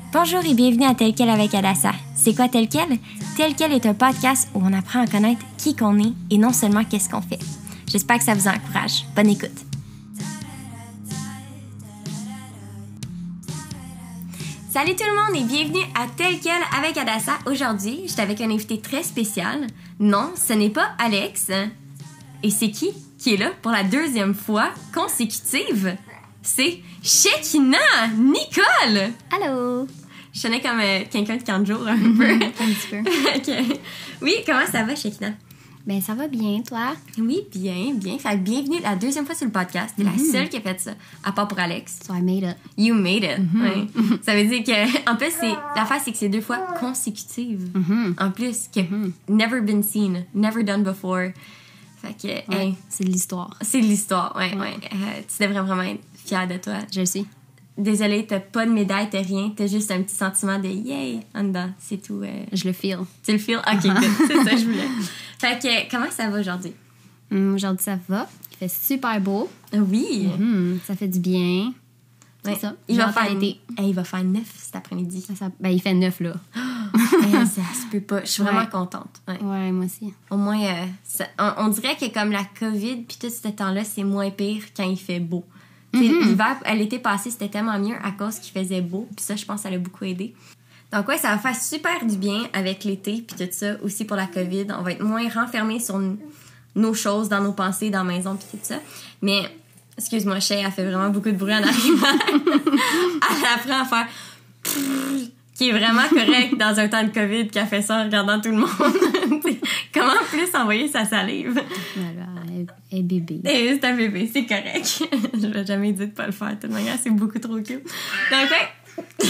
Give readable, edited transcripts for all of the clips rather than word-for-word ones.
Bonjour et bienvenue à Tel Quel avec Adassa. C'est quoi Tel Quel? Tel Quel est un podcast où on apprend à connaître qui qu'on est et non seulement qu'est-ce qu'on fait. J'espère que ça vous encourage. Bonne écoute. Salut tout le monde et bienvenue à Tel Quel avec Adassa. Aujourd'hui, je suis avec un invité très spécial. Non, ce n'est pas Alex. Et c'est qui est là pour la deuxième fois consécutive? C'est Shekina Nicole! Allô! Je sonnais comme quelqu'un de 40 jours un peu. Un petit peu. Okay. Oui, comment ça va, Shekina? Ben, ça va bien, toi? Oui, bien. Fait que bienvenue la deuxième fois sur le podcast. T'es la seule qui a fait ça, à part pour Alex. So I made it. You made it. Ouais. Ça veut dire que, en plus, l'affaire, c'est que c'est 2 fois consécutives. En plus, que never been seen, never done before. Fait que, Ouais, c'est de l'histoire. c'est de l'histoire, ouais. Tu devrais vraiment être fière de toi. Je le sais. Désolée, t'as pas de médaille, t'as rien. T'as juste un petit sentiment de yay en dedans. C'est tout. Je le feel. Tu le feels? Ok, good. C'est ça que je voulais. Fait que, comment ça va aujourd'hui? Aujourd'hui, ça va. Il fait super beau. Oui. Ça fait du bien. Ouais. C'est ça. Il va, J'entends faire l'été. il va faire 9 cet après-midi. Ben, il fait 9, là. Ça se peut pas. Je suis vraiment contente. Ouais. Ouais, moi aussi. Au moins, on dirait que comme la COVID puis tout ce temps-là, c'est moins pire quand il fait beau. L'hiver, l'été passé, c'était tellement mieux à cause qu'il faisait beau. Puis ça, je pense que ça l'a beaucoup aidé. Donc ouais, ça va faire super du bien avec l'été puis tout ça. Aussi pour la COVID, on va être moins renfermés sur nos choses, dans nos pensées, dans la maison puis tout ça. Mais, excuse-moi, Shay, elle fait vraiment beaucoup de bruit en arrivant. Elle apprend à faire... qui est vraiment correct dans un temps de COVID qu'elle fait ça en regardant tout le monde. Comment plus envoyer sa salive? Voilà, elle est bébé. C'est un bébé, c'est correct. Je vais jamais dire de pas le faire. De toute manière, c'est beaucoup trop cute. Donc, ouais.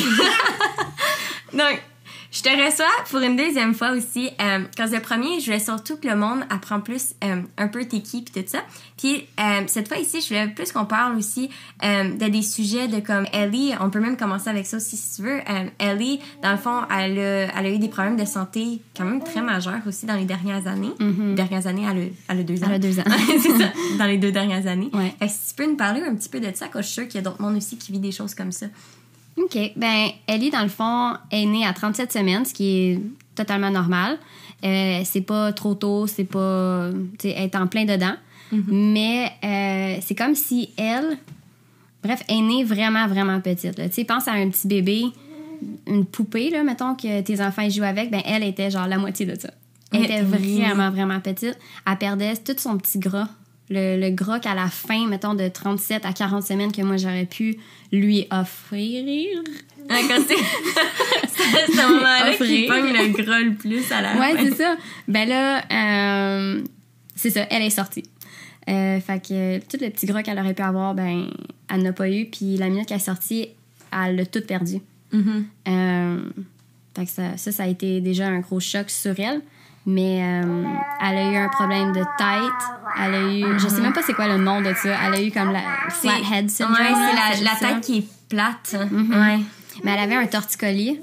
Donc, je te reçois pour une deuxième fois aussi. Quand le premier, je voulais surtout que le monde apprend plus un peu t'es qui pis tout ça. Puis cette fois ici, je voulais plus qu'on parle aussi de des sujets de comme Ellie. On peut même commencer avec ça aussi si tu veux. Ellie, dans le fond, elle a eu des problèmes de santé quand même très majeurs aussi dans les dernières années. Les dernières années, elle a 2 ans. Elle a 2 ans. C'est ça, dans les 2 dernières années. Ouais. Fait que si tu peux nous parler un petit peu de ça, parce que je suis sûre qu'il y a d'autres mondes aussi qui vivent des choses comme ça. OK. Ben, Ellie, dans le fond, est née à 37 semaines, ce qui est totalement normal. C'est pas trop tôt, c'est pas... Tu sais, elle est en plein dedans. Mais c'est comme si elle... Bref, est née vraiment, vraiment petite. Tu sais, pense à un petit bébé, une poupée, là, mettons, que tes enfants jouent avec. Ben, elle était genre la moitié de ça. Elle était vraiment, vraiment petite. Elle perdait tout son petit gras. Le gras qu'à la fin, mettons, de 37 à 40 semaines que moi, j'aurais pu lui offrir. Quand c'est ce moment-là qui pogne le gras le plus à la fin. Ouais, c'est ça. Ben là, c'est ça, elle est sortie. Fait que tout le petit gras qu'elle aurait pu avoir, ben, elle n'a pas eu. Puis la minute qu'elle est sortie, elle l'a tout perdu. Fait que ça a été déjà un gros choc sur elle. Mais elle a eu un problème de tête. Elle a eu... Je sais même pas c'est quoi le nom de ça. Elle a eu comme la flathead syndrome. Ouais, c'est la tête qui est plate. Ouais. Mais elle avait un torticolis.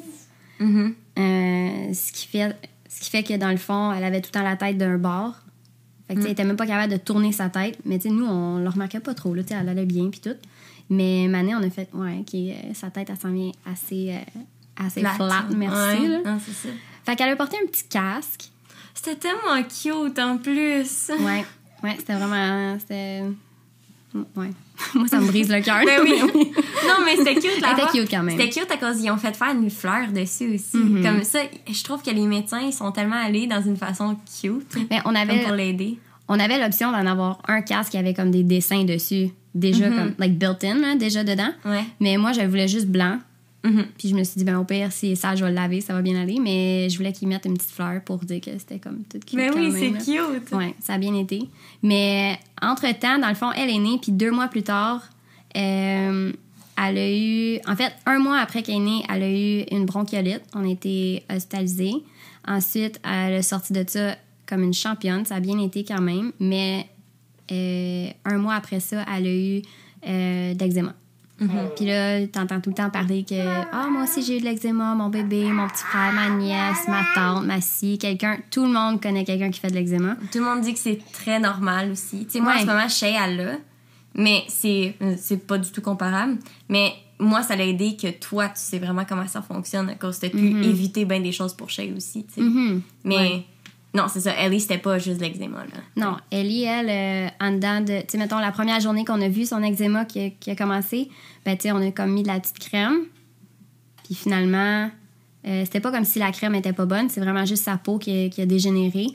Ce qui fait que, dans le fond, elle avait tout le temps la tête d'un bord. Fait que, elle était même pas capable de tourner sa tête. Mais nous, on le remarquait pas trop. Là, elle allait bien puis tout. Mais Mané, on a fait... Ouais, sa tête, elle s'en vient assez flat. Merci. Ouais. Là. Non, c'est ça. Fait qu'elle a porté un petit casque. C'était tellement cute en plus. Ouais, c'était vraiment... Ouais. Moi, ça me brise le cœur. Ben oui. Non, mais c'était cute là. Elle était cute quand même. C'était cute à cause qu'ils ont fait faire une fleur dessus aussi. Comme ça, je trouve que les médecins, ils sont tellement allés dans une façon cute. Ben, comme pour l'aider. On avait l'option d'en avoir un casque qui avait comme des dessins dessus. Déjà comme, like built-in, là, déjà dedans. Ouais. Mais moi, je voulais juste blanc. Puis je me suis dit, ben au pire, si ça, je vais le laver, ça va bien aller. Mais je voulais qu'ils mettent une petite fleur pour dire que c'était comme tout cute. Mais oui, même, c'est cute. Ouais, ça a bien été. Mais entre-temps, dans le fond, elle est née, puis 2 mois plus tard, elle a eu... En fait, 1 mois après qu'elle est née, elle a eu une bronchiolite. On a été hospitalisés. Ensuite, elle a sorti de ça comme une championne. Ça a bien été quand même. Mais 1 mois après ça, elle a eu d'eczéma. Puis là, t'entends tout le temps parler que moi aussi j'ai eu de l'eczéma, mon bébé, mon petit frère, ma nièce, ma tante, ma scie, tout le monde connaît quelqu'un qui fait de l'eczéma. Tout le monde dit que c'est très normal aussi. Tu sais, moi en ce moment, Shay, elle l'a, mais c'est pas du tout comparable. Mais moi, ça l'a aidé que toi, tu sais vraiment comment ça fonctionne à cause que tu as pu éviter bien des choses pour Shay aussi, tu sais. Mais non, c'est ça. Ellie, c'était pas juste l'eczéma, là. Non, Ellie, elle, en dedans de... Tu sais, mettons, la première journée qu'on a vu son eczéma qui a commencé, ben, tu sais, on a comme mis de la petite crème. Puis finalement, c'était pas comme si la crème était pas bonne. C'est vraiment juste sa peau qui a dégénéré.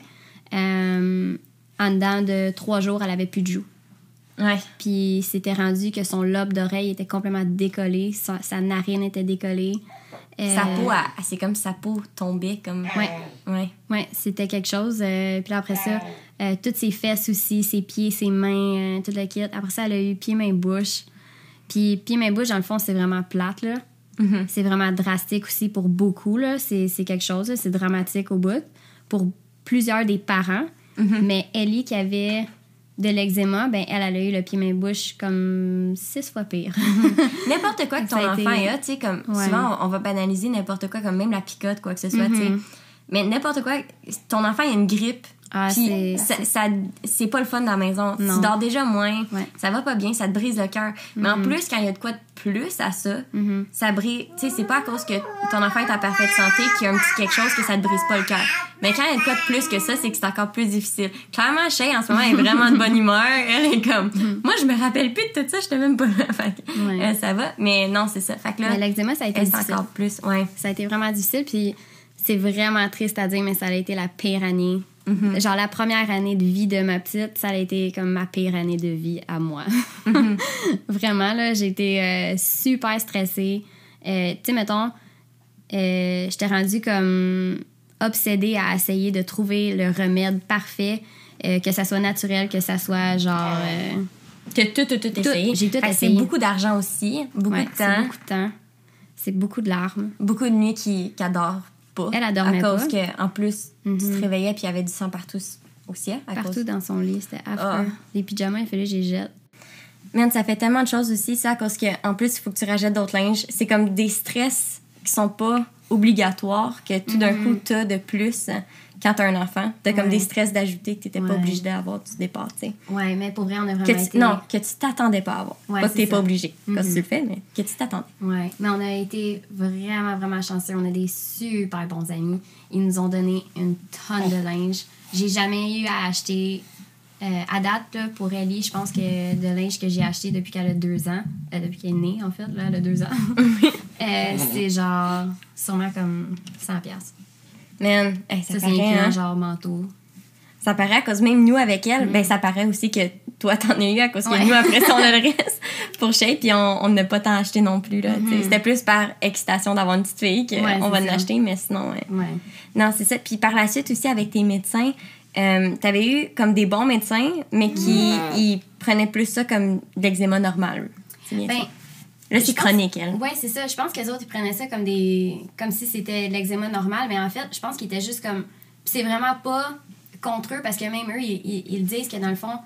En dedans de 3 jours, elle avait plus de joues. Ouais. Puis c'était rendu que son lobe d'oreille était complètement décollé. Sa narine était décollée. Sa peau, c'est comme sa peau tombait comme... Ouais, c'était quelque chose. Puis là, après ça, toutes ses fesses aussi, ses pieds, ses mains, tout le kit. Après ça, elle a eu pieds, mains, bouche. Puis pieds, mains, bouche, dans le fond, c'est vraiment plate, là. C'est vraiment drastique aussi pour beaucoup, là. C'est quelque chose, là. C'est dramatique au bout. Pour plusieurs des parents. Mais Ellie, qui avait de l'eczéma, ben elle a eu le pied, main, bouche comme 6 fois pire. N'importe quoi que ton enfant a, tu sais, comme souvent, on va banaliser n'importe quoi, comme même la picote, quoi que ce soit, tu sais. Mais n'importe quoi, ton enfant, il a une grippe, puis c'est pas le fun dans la maison. Non. Tu dors déjà moins, ça va pas bien, ça te brise le cœur. Mais en plus, quand il y a de quoi de plus à ça, ça brise... Tu sais, c'est pas à cause que ton enfant est en parfaite santé qu'il y a un petit quelque chose que ça te brise pas le cœur. Mais quand il y a de quoi de plus que ça, c'est que c'est encore plus difficile. Clairement, Shay, en ce moment, est vraiment de bonne humeur. Elle est comme... Moi, je me rappelle plus de tout ça, j'étais même pas là. Fait que, ça va. Mais non, c'est ça. Fait que là... Mais l'eczéma, ça a été difficile. encore plus, Ça a été vraiment difficile, puis c'est vraiment triste à dire, mais ça a été la pire année. Genre, la première année de vie de ma petite, ça a été comme ma pire année de vie à moi. Vraiment, là, j'ai été super stressée. Tu sais, mettons, j'étais rendue comme obsédée à essayer de trouver le remède parfait, que ça soit naturel, que ça soit genre... Que tout essayé. J'ai tout essayé. C'est beaucoup d'argent aussi, beaucoup de temps. C'est beaucoup de temps. C'est beaucoup de larmes. Beaucoup de nuits qui adorent pas. Elle adormait pas. À cause pas. qu'en plus, tu te réveillais puis il y avait du sang partout aussi. Partout dans son lit, c'était affreux. Les pyjamas, il fallait que je les jette. Man, ça fait tellement de choses aussi, ça, à cause qu'en plus, il faut que tu rajettes d'autres linges. C'est comme des stress qui sont pas obligatoires, que tout d'un coup, t'as de plus quand t'as un enfant. T'as comme des stress d'ajouter que t'étais pas obligé d'avoir du départ, tu sais. Ouais, mais pour vrai, on a vraiment été... Non, que tu t'attendais pas à avoir. Pas que t'es pas obligé, quand tu le fais, mais que tu t'attendais. Ouais, mais on a été vraiment, vraiment chanceux. On a des super bons amis. Ils nous ont donné une tonne de linge. J'ai jamais eu à acheter... à date, là, pour Ellie, je pense que de linge que j'ai acheté depuis qu'elle a 2 ans, depuis qu'elle est née, en fait, là, elle a 2 ans, c'est genre sûrement comme 100$. ça Man, ça c'est paraît, hein? genre manteau. Ça paraît à cause même nous avec elle, ben ça paraît aussi que toi t'en as eu à cause que nous après ça on a le reste pour Shay puis on n'a pas tant acheté non plus là. C'était plus par excitation d'avoir une petite fille qu'on va en acheter, mais sinon non c'est ça. Puis par la suite aussi avec tes médecins, t'avais eu comme des bons médecins mais qui ils prenaient plus ça comme de l'eczéma normal. C'est bien ça. Là, c'est chronique, elle. Oui, c'est ça. Je pense que les autres, ils prenaient ça comme si c'était l'eczéma normal, mais en fait, je pense qu'ils étaient juste comme... c'est vraiment pas contre eux, parce que même eux, ils disent que dans le fond,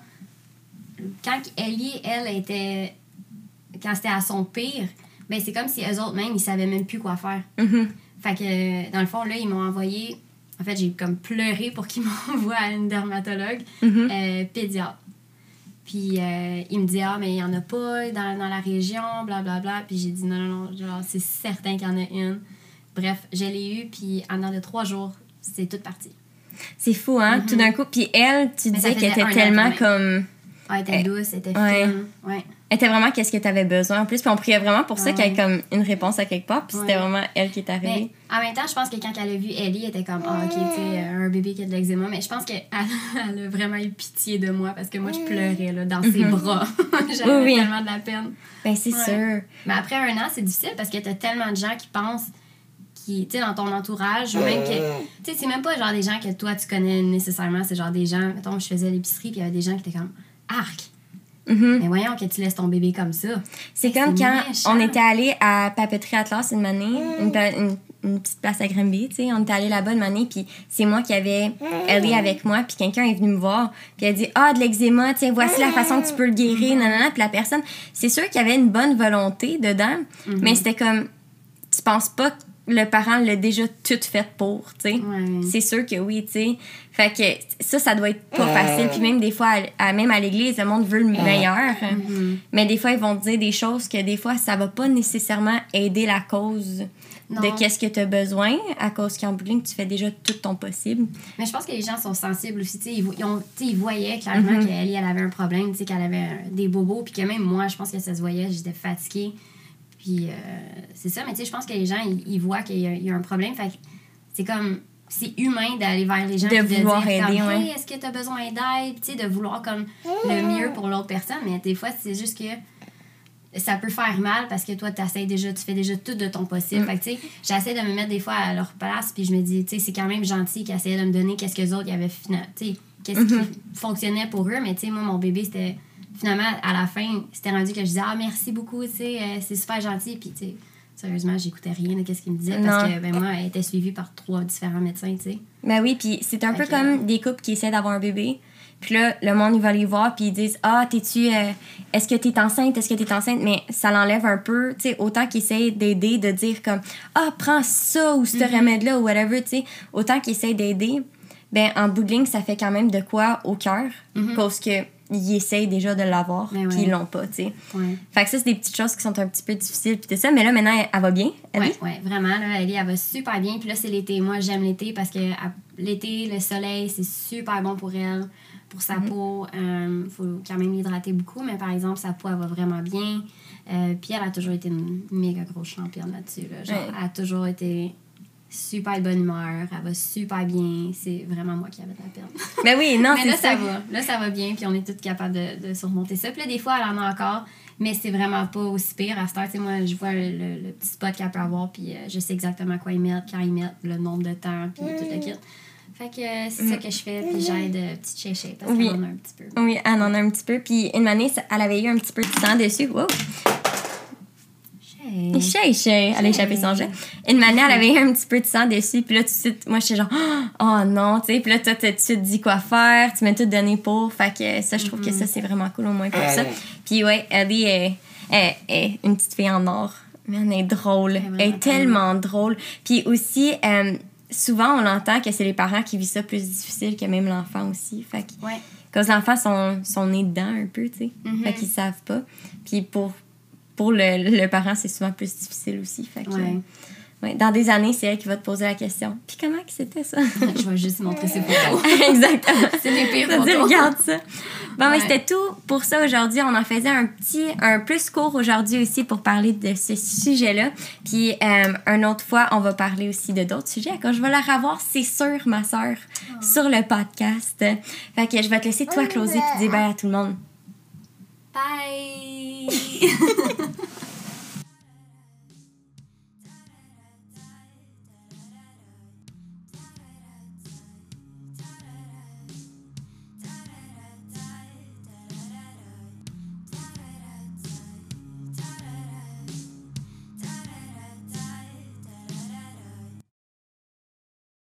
quand Ellie, elle, était... quand c'était à son pire, ben c'est comme si eux autres, même, ils savaient même plus quoi faire. Fait que, dans le fond, là, ils m'ont envoyé... En fait, j'ai comme pleuré pour qu'ils m'envoient à une dermatologue pédiatre. Puis il me dit « Ah, mais il n'y en a pas dans la région, blablabla. » Puis j'ai dit « Non, genre, c'est certain qu'il y en a une. » Bref, je l'ai eu, puis en dedans de 3 jours, c'est tout parti. C'est fou, hein? Tout d'un coup. Puis elle, tu disais qu'elle était tellement comme... Ah, elle était douce, elle était fine. Ouais. Elle était vraiment qu'est-ce que tu avais besoin en plus. Puis on priait vraiment pour ça qu'elle ait comme une réponse à quelque part. Puis c'était vraiment elle qui est arrivée. Mais en même temps, je pense que quand elle a vu Ellie, elle était comme « Ah, OK, tu sais, un bébé qui a de l'eczéma. » Mais je pense qu'elle a vraiment eu pitié de moi parce que moi, je pleurais là, dans ses bras. J'avais tellement de la peine. Ben, c'est sûr. Mais après 1 an, c'est difficile parce que t'as tellement de gens qui pensent tu sais, dans ton entourage, ou même que, tu sais, c'est même pas genre des gens que toi, tu connais nécessairement, c'est genre des gens, mettons, je faisais l'épicerie, puis il y avait des gens qui étaient comme, arc! Mais voyons que tu laisses ton bébé comme ça. C'est comme quand on était allé à Papeterie Atlas une année, une petite place à Granby, tu sais, on était allé là-bas une année, puis c'est moi qui avais Ellie avec moi, puis quelqu'un est venu me voir, puis elle a dit « Ah, de l'eczéma, tiens, voici la façon que tu peux le guérir, nanana. » Puis la personne, c'est sûr qu'il y avait une bonne volonté dedans, mais c'était comme, tu penses pas le parent l'a déjà tout fait pour, tu sais. Ouais. C'est sûr que oui, tu sais. Fait que ça doit être pas facile. Puis même des fois, même à l'église, le monde veut le meilleur. Mais des fois, ils vont te dire des choses que des fois, ça va pas nécessairement aider la cause de qu'est-ce que tu as besoin, à cause qu'en bout de ligne, tu fais déjà tout ton possible. Mais je pense que les gens sont sensibles aussi. Ils voyaient clairement qu'Ellie, elle avait un problème, qu'elle avait des bobos, puis que même moi, je pense que ça se voyait, j'étais fatiguée. Puis c'est ça, mais je pense que les gens, ils voient qu'il y a un problème. Fait que c'est comme... C'est humain d'aller vers les gens de vouloir dire aider, comme, hey, est-ce que tu as besoin d'aide? De vouloir comme le mieux pour l'autre personne. Mais des fois, c'est juste que ça peut faire mal parce que toi, tu fais déjà tout de ton possible. Fait que, j'essaie de me mettre des fois à leur place, puis je me dis, c'est quand même gentil qu'ils essayaient de me donner qu'est-ce que les autres avaient qu'est-ce qui fonctionnait pour eux. Mais moi, mon bébé, c'était finalement, à la fin, c'était rendu que je disais, merci beaucoup, c'est super gentil. Puis, sérieusement, j'écoutais rien de ce qu'il me disait parce que moi, elle était suivie par 3 différents médecins, Ben oui, puis c'est un peu comme des couples qui essaient d'avoir un bébé. Puis là, le monde, il va les voir, puis ils disent « Ah, est-ce que t'es enceinte? Est-ce que t'es enceinte? » Mais ça l'enlève un peu, tu sais, autant qu'ils essayent d'aider, de dire comme « Ah, prends ça ou ce remède-là ou whatever », tu sais. Autant qu'ils essayent d'aider, ben en bout de ligne, ça fait quand même de quoi au cœur, parce que ils essayent déjà de l'avoir, puis ils l'ont pas, tu sais. Ouais. Fait que ça, c'est des petites choses qui sont un petit peu difficiles, puis tout ça. Mais là, maintenant, elle va bien, Ellie? Oui, vraiment, là, Ellie, elle va super bien. Puis là, c'est l'été. Moi, j'aime l'été parce que l'été, le soleil, c'est super bon pour elle, pour sa peau. Faut quand même l'hydrater beaucoup, mais par exemple, sa peau, elle va vraiment bien. Puis elle a toujours été une méga grosse championne là-dessus. Là. Genre, elle a toujours été super de bonne humeur, elle va super bien. C'est vraiment moi qui avais de la peine. Ben oui, non, mais là, ça va. Là, ça va bien, puis on est toutes capables de surmonter ça. Puis là, des fois, elle en a encore, mais c'est vraiment pas aussi pire. À cette heure, moi, je vois le petit spot qu'elle peut avoir, puis je sais exactement quoi y mettre, quand y mettre, le nombre de temps, puis tout le kit. Fait que c'est ça que je fais, puis j'aide petite chéchée, parce qu'elle en a un petit peu. Oui, elle en a un petit peu. Puis une année, elle avait eu un petit peu de sang dessus. Wow! Chay. Elle a échappé son jet. Une manière, elle avait eu un petit peu de sang dessus. Puis là, tout de suite, moi, j'étais genre, oh non, tu sais. Puis là, toi, tu te dis quoi faire. Tu m'as tout donné pour. Fait que ça, je trouve que ça, c'est vraiment cool au moins pour ça. Puis ouais, Ellie est une petite fille en or. Mais elle est drôle. Elle est tellement drôle. Puis aussi, souvent, on entend que c'est les parents qui vivent ça plus difficile que même l'enfant aussi. Fait que, quand les enfants sont nés dedans un peu, tu sais. Fait qu'ils savent pas. Puis pour le parent, c'est souvent plus difficile aussi. Fait que, dans des années, c'est elle qui va te poser la question. Puis comment que c'était ça? Je vais juste montrer ses photos. Exactement. C'est les pires photos. Regarde ça. Bon, mais c'était tout pour ça aujourd'hui. On en faisait un plus court aujourd'hui aussi pour parler de ce sujet-là. Puis, une autre fois, on va parler aussi de d'autres sujets. Quand je vais la revoir, c'est sûr, ma soeur, sur le podcast. Fait que je vais te laisser, toi, closer, puis dire bye à tout le monde. Bye!